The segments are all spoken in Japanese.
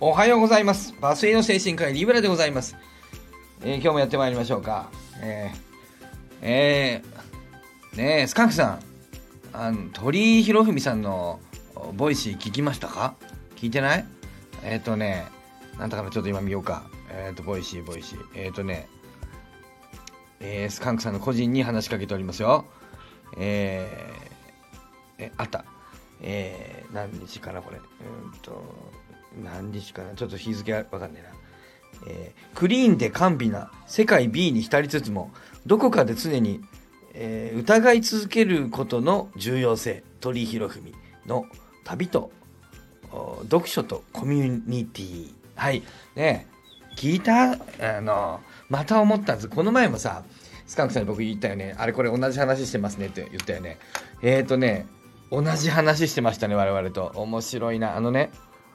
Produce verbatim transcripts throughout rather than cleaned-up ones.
おはようございます。バスへの精神科医リブラでございます。えー、今日もやってまいりましょうか。えー、えー、ねえスカンクさん、あの鳥居博文さんのボイシー聞きましたか？聞いてない？えっ、ー、とねなんだかな、ちょっと今見ようか。えっ、ー、とボイシーボイシーえっ、ー、とね、えー、スカンクさんの個人に話しかけておりますよ。えー、えあったえー、何日かなこれ、うんと何日かな、ちょっと日付わかんないな。えー、クリーンで甘美な世界 B に浸りつつもどこかで常に、えー、疑い続けることの重要性。鳥居博文の旅と読書とコミュニティ。はいね、聞いた？あのまた思ったんです。この前もさスカンクさんに僕言ったよね。あれこれ同じ話してますねって言ったよね。えーとね同じ話してましたね、我々と。面白いな。あのね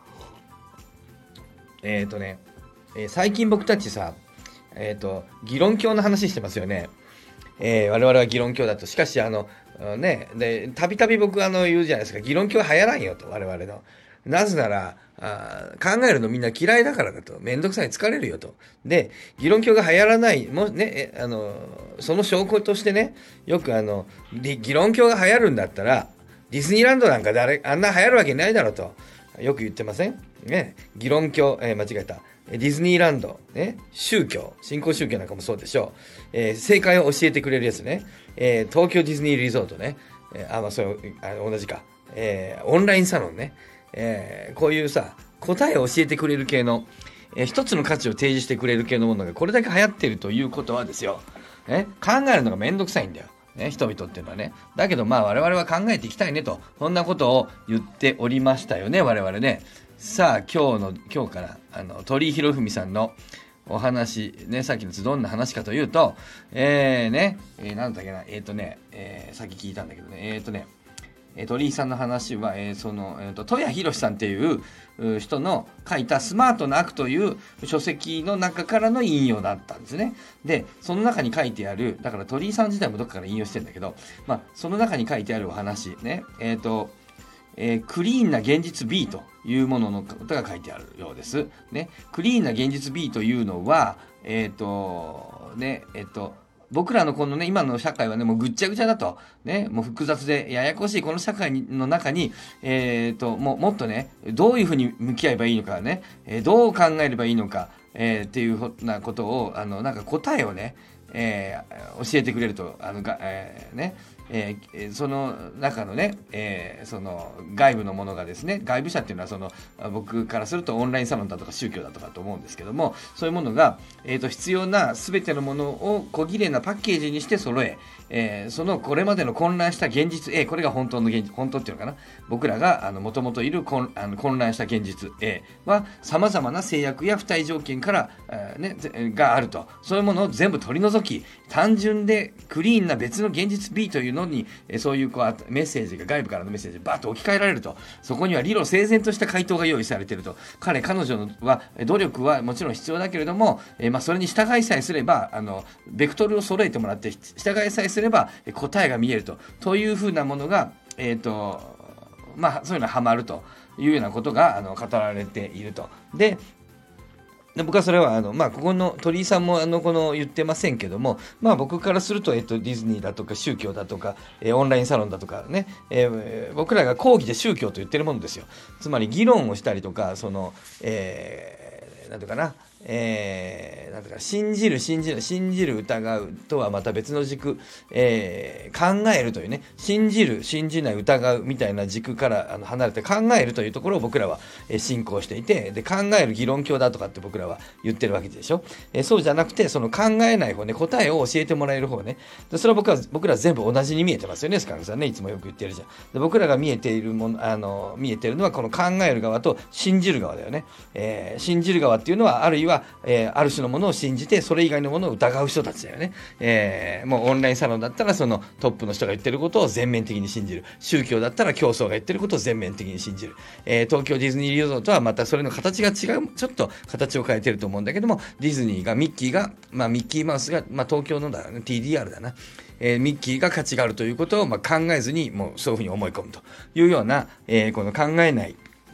えーとね、えー、最近僕たちさ、えーと議論教の話してますよね。えー、我々は議論教だと。しかしあのねでたびたび僕あの言うじゃないですか。議論教は流行らんよと、我々の。なぜならあ考えるのみんな嫌いだからだと。めんどくさい、疲れるよと。で議論教が流行らないもねあのその証拠としてね、よくあの議論教が流行るんだったらディズニーランドなんか誰あんな流行るわけないだろうとよく言ってませんね。議論教、えー、間違えた。ディズニーランド、ね、宗教、新興宗教なんかもそうでしょう。えー、正解を教えてくれるやつね。えー、東京ディズニーリゾートね。えー、あ、まあ、それ、あ同じか。えー、オンラインサロンね。えー、こういうさ、答えを教えてくれる系の、えー、一つの価値を提示してくれる系のものがこれだけ流行っているということはですよ。ね、考えるのがめんどくさいんだよ。ね、人々っていうのはね。だけどまあ我々は考えていきたいねと、そんなことを言っておりましたよね、我々ね。さあ今日の今日からあの鳥居博文さんのお話ね、さっきのやつどんな話かというと、えーね、えー、なんだっけな、えっ、ー、とね、えー、さっき聞いたんだけどね、えっ、ー、とね、鳥居さんの話は、えー、その、えーと、戸谷博さんっていう人の書いたスマートな悪という書籍の中からの引用だったんですね。で、その中に書いてある、だから鳥居さん自体もどっかから引用してるんだけど、まあ、その中に書いてあるお話ね、えっ、ー、と、えー、クリーンな現実 B というもののことが書いてあるようです。ね、クリーンな現実 B というのは、えっ、ー、と、ね、えっ、ー、と、僕らのこのね、今の社会はね、もうぐっちゃぐちゃだと。ね、もう複雑でややこしいこの社会の中に、えっ、ー、と、もうもっとね、どういうふうに向き合えばいいのかね、えー、どう考えればいいのか、えー、っていうふうなことを、あの、なんか答えをね、えー、教えてくれると、あのが、えー、ね、えー、その中のね、えー、その外部のものがですね、外部者っていうのはその僕からするとオンラインサロンだとか宗教だとかと思うんですけども、そういうものが、えーと、必要な全てのものを小綺麗なパッケージにして揃え、えー、そのこれまでの混乱した現実 A、これが本当の現実、本当っていうのかな、僕らがもともといる混あの混乱した現実 A は様々な制約や付帯条件から、えーね、があると。そういうものを全部取り除き、単純でクリーンな別の現実 B というのに、そういうこうメッセージが、外部からのメッセージがバッと置き換えられると。そこには理路整然とした回答が用意されていると。彼彼女のは努力はもちろん必要だけれども、えー、まあそれに従いさえすれば、あのベクトルを揃えてもらって従いさえすれば答えが見えると。というふうなものが、えっ、ー、とまあそういうのはハマるというようなことがあの語られていると。でで僕はそれはあの、まあ、ここの鳥居さんもあのこの言ってませんけども、まあ、僕からすると、えっと、ディズニーだとか宗教だとか、えー、オンラインサロンだとかね、えー、僕らが講義で宗教と言ってるものですよ。つまり議論をしたりとか、その、えー、なんていうかな、えー、なんていうか信じる信じる信じる疑うとはまた別の軸、えー、考えるというね、信じる信じない疑うみたいな軸からあの離れて考えるというところを僕らは、えー、信仰していて、で考える議論教だとかって僕らは言ってるわけでしょ。えー、そうじゃなくて、その考えない方ね、答えを教えてもらえる方ね、でそれは僕は僕ら全部同じに見えてますよね。スカンクさんね、いつもよく言ってるじゃん。で僕らが見えているもの、あの見えているのはこの考える側と信じる側だよね。えー、信じる側っていうのはあるいはは、えー、ある種のものを信じてそれ以外のものを疑う人たちだよね。えー、もうオンラインサロンだったらそのトップの人が言ってることを全面的に信じる。宗教だったら教祖が言ってることを全面的に信じる。えー、東京ディズニーリゾートはまたそれの形が違う、ちょっと形を変えてると思うんだけども、ディズニーがミッキーが、まあ、ミッキーマウスが、まあ、東京のだよね ティーディーアール だな。えー、ミッキーが価値があるということを、まあ、考えずにもうそういうふうに思い込むというような、えー、この考えない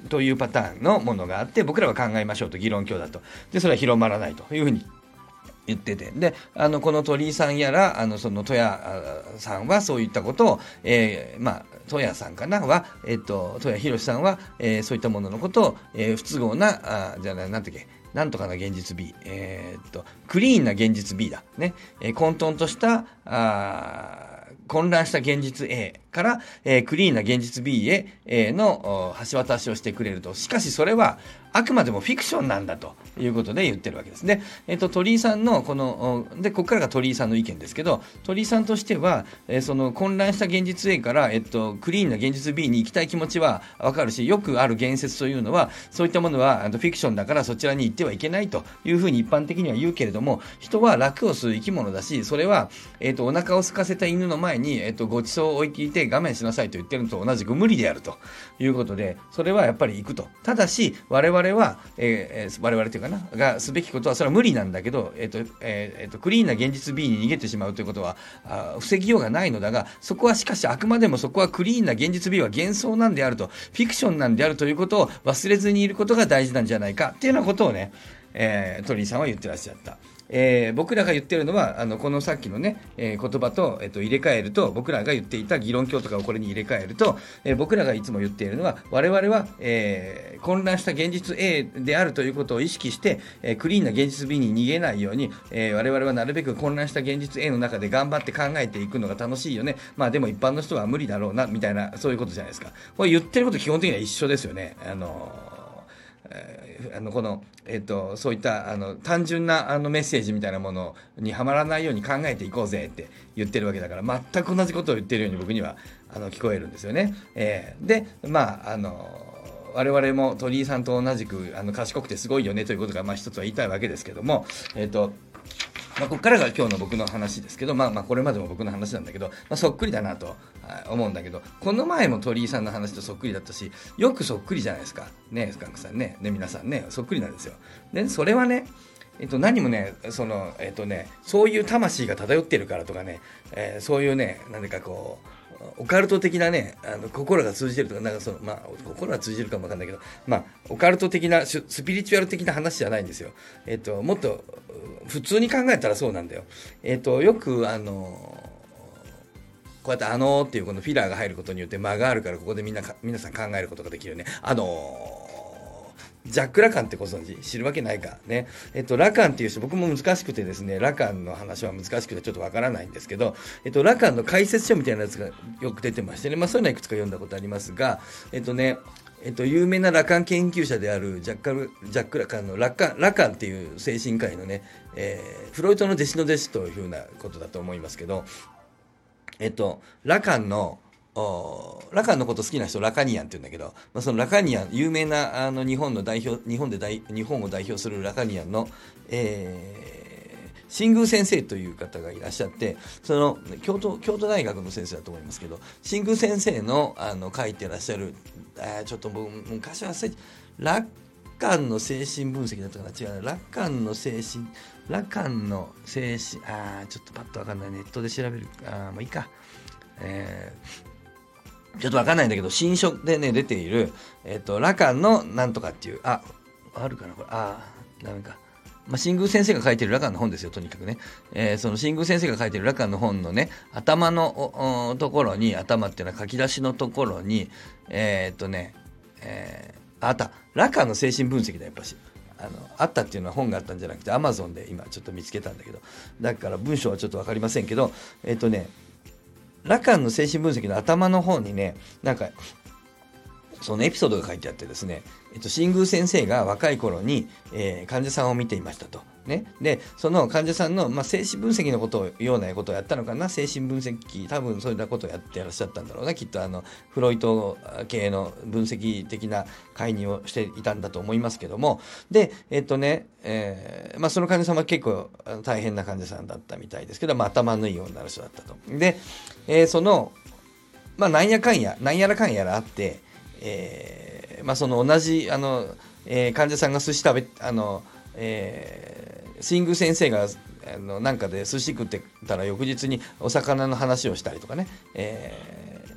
というパターンのものがあって、僕らは考えましょうと、議論教だと。でそれは広まらないというふうに言ってて、であのこの鳥居さんやらあのその戸谷さんはそういったことを、えー、まあ戸谷さんかなは、えっと、戸谷博さんは、えー、そういったもののことを、えー、不都合なあじゃあなんていうっけなんとかな現実 B、えー、っとクリーンな現実 B だね、えー、混沌としたあ混乱した現実 A から、えー、クリーンな現実 B へ、えー、の橋渡しをしてくれると。しかしそれはあくまでもフィクションなんだということで言ってるわけですね。えっと、鳥居さんのこの、で、ここからが鳥居さんの意見ですけど、鳥居さんとしては、えー、その混乱した現実 A から、えっと、クリーンな現実 B に行きたい気持ちはわかるし、よくある言説というのは、そういったものはあのフィクションだからそちらに行ってはいけないというふうに一般的には言うけれども、人は楽をする生き物だし、それは、えっと、お腹を空かせた犬の前に、えっと、ごちそうを置いて我慢しなさいと言ってるのと同じく無理であるということで、それはやっぱり行くと。ただし、我々は、えー、我々というかな、がすべきことは、それは無理なんだけど、えっと、えーえー、とクリーンな現実 B に逃げてしまうということはあ防ぎようがないのだが、そこはしかしあくまでもそこはクリーンな現実 B は幻想なんであると、フィクションなんであるということを忘れずにいることが大事なんじゃないかっていうようなことをね、えー、鳥居さんは言ってらっしゃった。えー、僕らが言ってるのはあのこのさっきのね、えー、言葉と、えー、と入れ替えると、僕らが言っていた議論教とかをこれに入れ替えると、えー、僕らがいつも言っているのは、我々は、えー、混乱した現実 A であるということを意識して、えー、クリーンな現実 B に逃げないように、えー、我々はなるべく混乱した現実 A の中で頑張って考えていくのが楽しいよね。まあでも一般の人は無理だろうなみたいな、そういうことじゃないですか。これ言ってること基本的には一緒ですよね。あのーあのこのえっと、そういったあの単純なあのメッセージみたいなものにはまらないように考えていこうぜって言ってるわけだから、全く同じことを言ってるように僕にはあの聞こえるんですよね。えー、でまああの我々も鳥居さんと同じくあの賢くてすごいよねということが、まあ、一つは言いたいわけですけども、えっとまあ、ここからが今日の僕の話ですけど、まあまあこれまでも僕の話なんだけど、まあ、そっくりだなと思うんだけど、この前も鳥居さんの話とそっくりだったし、よくそっくりじゃないですかね、スカンクさんね、ね皆さんね、そっくりなんですよ。でそれはね、えっと、何もね、そのえっとね、そういう魂が漂ってるからとかね、えー、そういうね、何かこうオカルト的なね、あの心が通じてるとか、なんかそのまあ心が通じるかもわかんないけど、まあオカルト的なスピリチュアル的な話じゃないんですよ。えっともっと普通に考えたらそうなんだよ。えっとよくあのこうやってあのーっていうこのフィラーが入ることによって間があるから、ここでみんな皆さん考えることができるよね。あのージャック・ラカンってご存知？知るわけないかね。えっとラカンっていう人、僕も難しくてですね、ラカンの話は難しくてちょっとわからないんですけど、えっとラカンの解説書みたいなやつがよく出てましてね、まあそういうのはいくつか読んだことありますが、えっとねえっと有名なラカン研究者であるジャック・ジャックラカンのラカンラカンっていう精神科医のね、えー、フロイトの弟子の弟子というふうなことだと思いますけど、えっとラカンのラカンのこと好きな人ラカニアンって言うんだけど、まあ、そのラカニアン、有名なあの日本の代表、日本で代日本を代表するラカニアンの、えー、新宮先生という方がいらっしゃって、その京都京都大学の先生だと思いますけど、新宮先生のあの書いてらっしゃる、あちょっと僕昔忘れて、ラカンの精神分析だったかな、違うな、ラカンの精神ラカンの精神あちょっとパッと分かんない、ネットで調べる、あもういいか、えーちょっとわかんないんだけど、新書でね、出ている、えっと、ラカンのなんとかっていう、あ、あるかなこれ、あ、ダメか。まあ、新宮先生が書いてるラカンの本ですよ、とにかくね。えー、その新宮先生が書いてるラカンの本のね、頭のところに、頭っていうのは書き出しのところに、えー、っとね、えー、あった、ラカンの精神分析だ、やっぱし。あのあったっていうのは本があったんじゃなくて、アマゾンで今ちょっと見つけたんだけど、だから文章はちょっとわかりませんけど、えー、っとね、ラカンの精神分析の頭の方にね、なんかそのエピソードが書いてあってですね、えっと、新宮先生が若い頃に、えー、患者さんを見ていましたと。ね、でその患者さんの、まあ、精神分析のことをようなことをやったのかな、精神分析、多分そういったことをやってらっしゃったんだろうな、きっとあのフロイト系の分析的な介入をしていたんだと思いますけども、でえっとね、えーまあ、その患者さんは結構大変な患者さんだったみたいですけど、まあ、頭のいい女の人だったと。で、えー、そのまあなんやかんやなんやらかんやらあって、えーまあ、その同じあの、えー、患者さんが寿司食べあの、えー新宮先生があのなんかで寿司食ってたら翌日にお魚の話をしたりとかね、え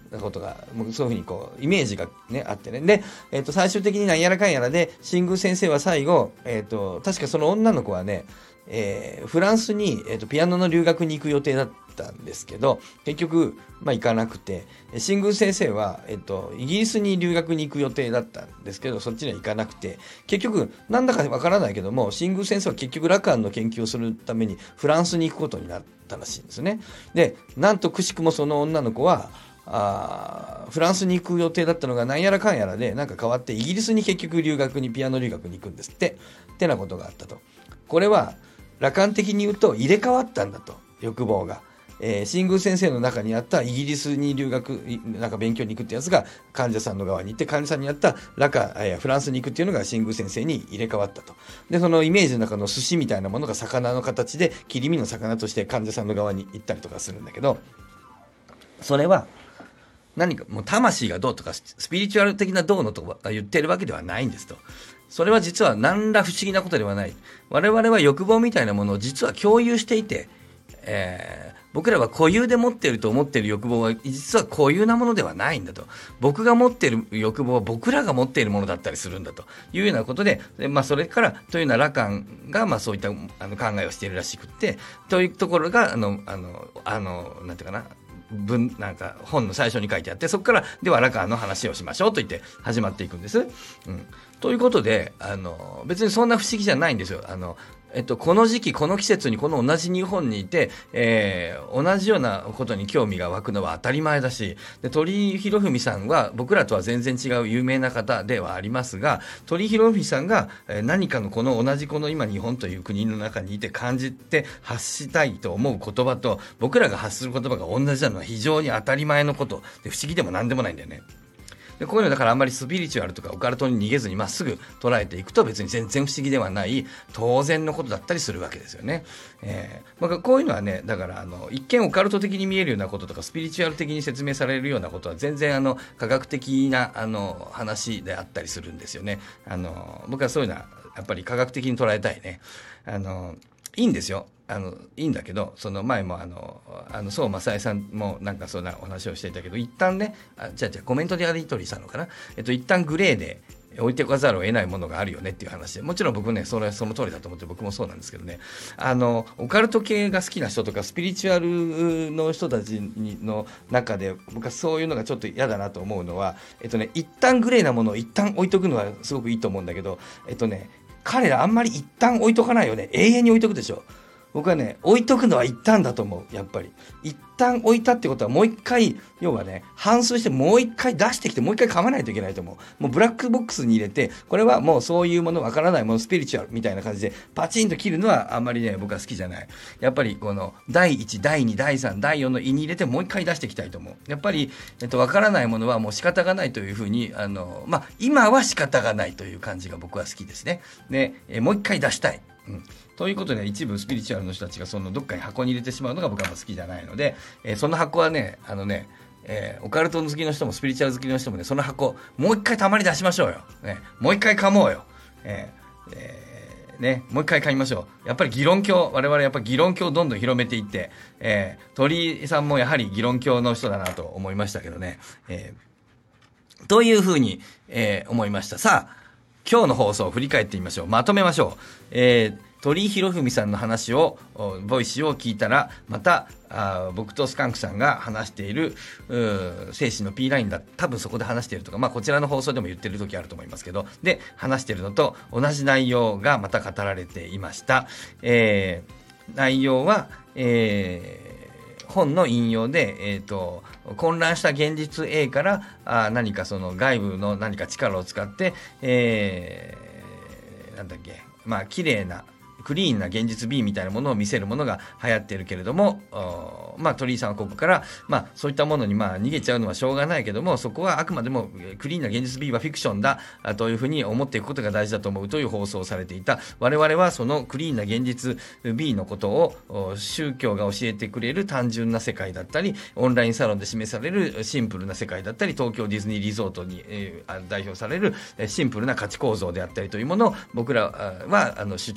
なことがもうそういうふうにこうイメージが、ね、あってねで、えー、と最終的になんやらかんやらで新宮先生は最後、えー、と確かその女の子はね、えー、フランスに、えー、とピアノの留学に行く予定だったんですけど結局、まあ、行かなくて新宮先生は、えー、とイギリスに留学に行く予定だったんですけどそっちには行かなくて結局なんだかわからないけども新宮先生は結局ラカンの研究をするためにフランスに行くことになったらしいんですね。でなんとくしくもその女の子はあフランスに行く予定だったのがなんやらかんやらでなんか変わってイギリスに結局留学にピアノ留学に行くんですってってなことがあったと。これは羅漢的に言うと入れ替わったんだと欲望が、えー、新宮先生の中にあったイギリスに留学なんか勉強に行くってやつが患者さんの側に行って患者さんにあった羅漢、えー、フランスに行くっていうのが新宮先生に入れ替わったと。でそのイメージの中の寿司みたいなものが魚の形で切り身の魚として患者さんの側に行ったりとかするんだけどそれは何かもう魂がどうとかスピリチュアル的などうのとか言ってるわけではないんですと。それは実は何ら不思議なことではない。我々は欲望みたいなものを実は共有していて、えー、僕らは固有で持っていると思っている欲望は実は固有なものではないんだと。僕が持っている欲望は僕らが持っているものだったりするんだというようなことで、でまあ、それからというのは羅漢がまあそういったあの考えをしているらしくってというところがあのあのあのなんていうかな文なんか本の最初に書いてあってそこからでは羅漢の話をしましょうと言って始まっていくんです。うん、ということであの別にそんな不思議じゃないんですよ。あのえっと、この時期この季節にこの同じ日本にいて、えー、同じようなことに興味が湧くのは当たり前だしで鳥居博文さんは僕らとは全然違う有名な方ではありますが鳥居博文さんが何かのこの同じこの今日本という国の中にいて感じて発したいと思う言葉と僕らが発する言葉が同じなのは非常に当たり前のことで不思議でも何でもないんだよね。でこういうのだからあんまりスピリチュアルとかオカルトに逃げずにまっすぐ捉えていくと別に全然不思議ではない当然のことだったりするわけですよね。えーまあ、こういうのはねだからあの一見オカルト的に見えるようなこととかスピリチュアル的に説明されるようなことは全然あの科学的なあの話であったりするんですよね。あの僕はそういうのはやっぱり科学的に捉えたいね。あのいいんですよ。あのいいんだけどその前もあのあの宋正恵さんもなんかそんなお話をしていたけど一旦ねあじゃあじゃあコメントでやり取りしたのかな、えっと、一旦グレーで置いておかざるを得ないものがあるよねっていう話でもちろん僕ねそれはその通りだと思って僕もそうなんですけどねあのオカルト系が好きな人とかスピリチュアルの人たちの中で僕はそういうのがちょっと嫌だなと思うのはえっとね一旦グレーなものを一旦置いとくのはすごくいいと思うんだけどえっとね彼らあんまり一旦置いとかないよね。永遠に置いとくでしょ。僕はね置いとくのは一旦だと思う。やっぱり一旦置いたってことはもう一回要はね反芻してもう一回出してきてもう一回噛まないといけないと思う。もうブラックボックスに入れてこれはもうそういうものわからないものスピリチュアルみたいな感じでパチンと切るのはあんまりね僕は好きじゃない。やっぱりこのだいいちだいにだいさんだいよんの胃に入れてもう一回出していきたいと思う。やっぱりえっとわからないものはもう仕方がないというふうにあのまあ今は仕方がないという感じが僕は好きですね。でえもう一回出したい。うんということで一部スピリチュアルの人たちがそのどっかに箱に入れてしまうのが僕は好きじゃないので、えー、その箱はねあのね、えー、オカルト好きの人もスピリチュアル好きの人もねその箱もう一回たまに出しましょうよ、ね、もう一回噛もうよ、えーえーね、もう一回噛みましょう。やっぱり議論教我々やっぱり議論教をどんどん広めていって、えー、鳥居さんもやはり議論教の人だなと思いましたけどね、えー、というふうに、えー、思いました。さあ今日の放送を振り返ってみましょう。まとめましょう。えー鳥居博文さんの話をボイシーを聞いたらまたあ僕とスカンクさんが話している精神の P ラインだ多分そこで話しているとか、まあ、こちらの放送でも言ってる時あると思いますけどで話しているのと同じ内容がまた語られていました。えー、内容は、えー本の引用で、えーと、混乱した現実 A からあ何かその外部の何か力を使って、えー、なんだっけまあ綺麗なクリーンな現実 B みたいなものを見せるものが流行っているけれどもまあ鳥居さんはここから、まあ、そういったものにまあ逃げちゃうのはしょうがないけどもそこはあくまでもクリーンな現実 B はフィクションだというふうに思っていくことが大事だと思うという放送をされていた。我々はそのクリーンな現実 B のことを宗教が教えてくれる単純な世界だったりオンラインサロンで示されるシンプルな世界だったり東京ディズニーリゾートに、えー、代表されるシンプルな価値構造であったりというものを僕らはあの主張していて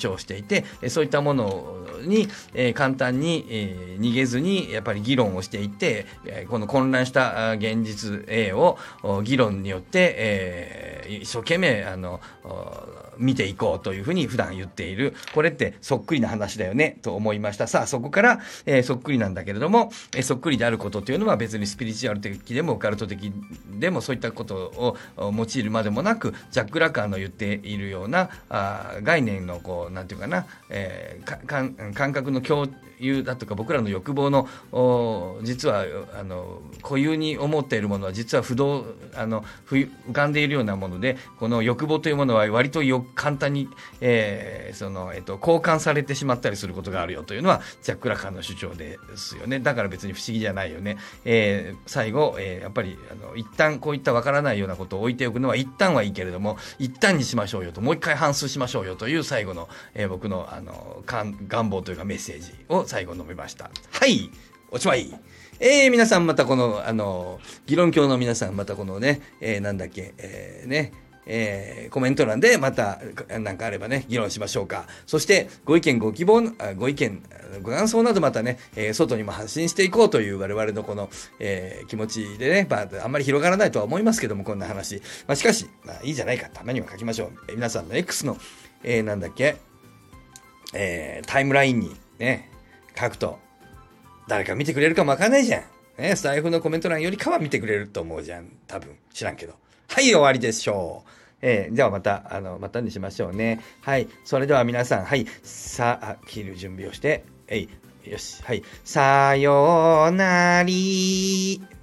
て、そういったものに、えー、簡単に、えー、逃げずにやっぱり議論をしていって、えー、この混乱した現実 A を議論によって、えー、一生懸命あの見ていこうというふうに普段言っている。これってそっくりな話だよねと思いました。さあそこから、えー、そっくりなんだけれども、えー、そっくりであることというのは別にスピリチュアル的でもオカルト的でもそういったことを用いるまでもなく、ジャック・ラカーの言っているようなあ概念のこうなんていうかな、えー、かか感覚の共有だとか、僕らの欲望の実はあの固有に思っているものは実は不動あの浮かんでいるようなもので、この欲望というものは割とよ簡単に、えーそのえっと、交換されてしまったりすることがあるよというのはジャック・ラカーの主張ですよね。だから別に不思議じゃないよね。えー、最後、えー、やっぱりあの一旦こういったわからないようなことを置いておくのは一旦はいいけれども、一旦にしましょうよと、もう一回反芻しましょうよという最後の、えー、僕の、あの願望というかメッセージを最後述べました。はい、おしまい。えー、皆さんまたこのあの議論教の皆さんまたこのね、えー、なんだっけ、えー、ねえー、コメント欄でまた何かあればね議論しましょうか。そしてご意見ご希望ご意見ご感想などまたね、えー、外にも発信していこうという我々のこの、えー、気持ちでね、まあ、あんまり広がらないとは思いますけども、こんな話、まあ、しかし、まあ、いいじゃないか、たまには書きましょう。えー、皆さんの X の、えー、なんだっけ、えー、タイムラインにね書くと誰か見てくれるかもわかんないじゃん、ね、スタイフのコメント欄よりかは見てくれると思うじゃん、多分知らんけど。はい、終わりでしょう。えー、じゃあまたあのまたにしましょうね。はい、それでは皆さん、はい、さあ切る準備をして、えい、よし、はい、さようなり。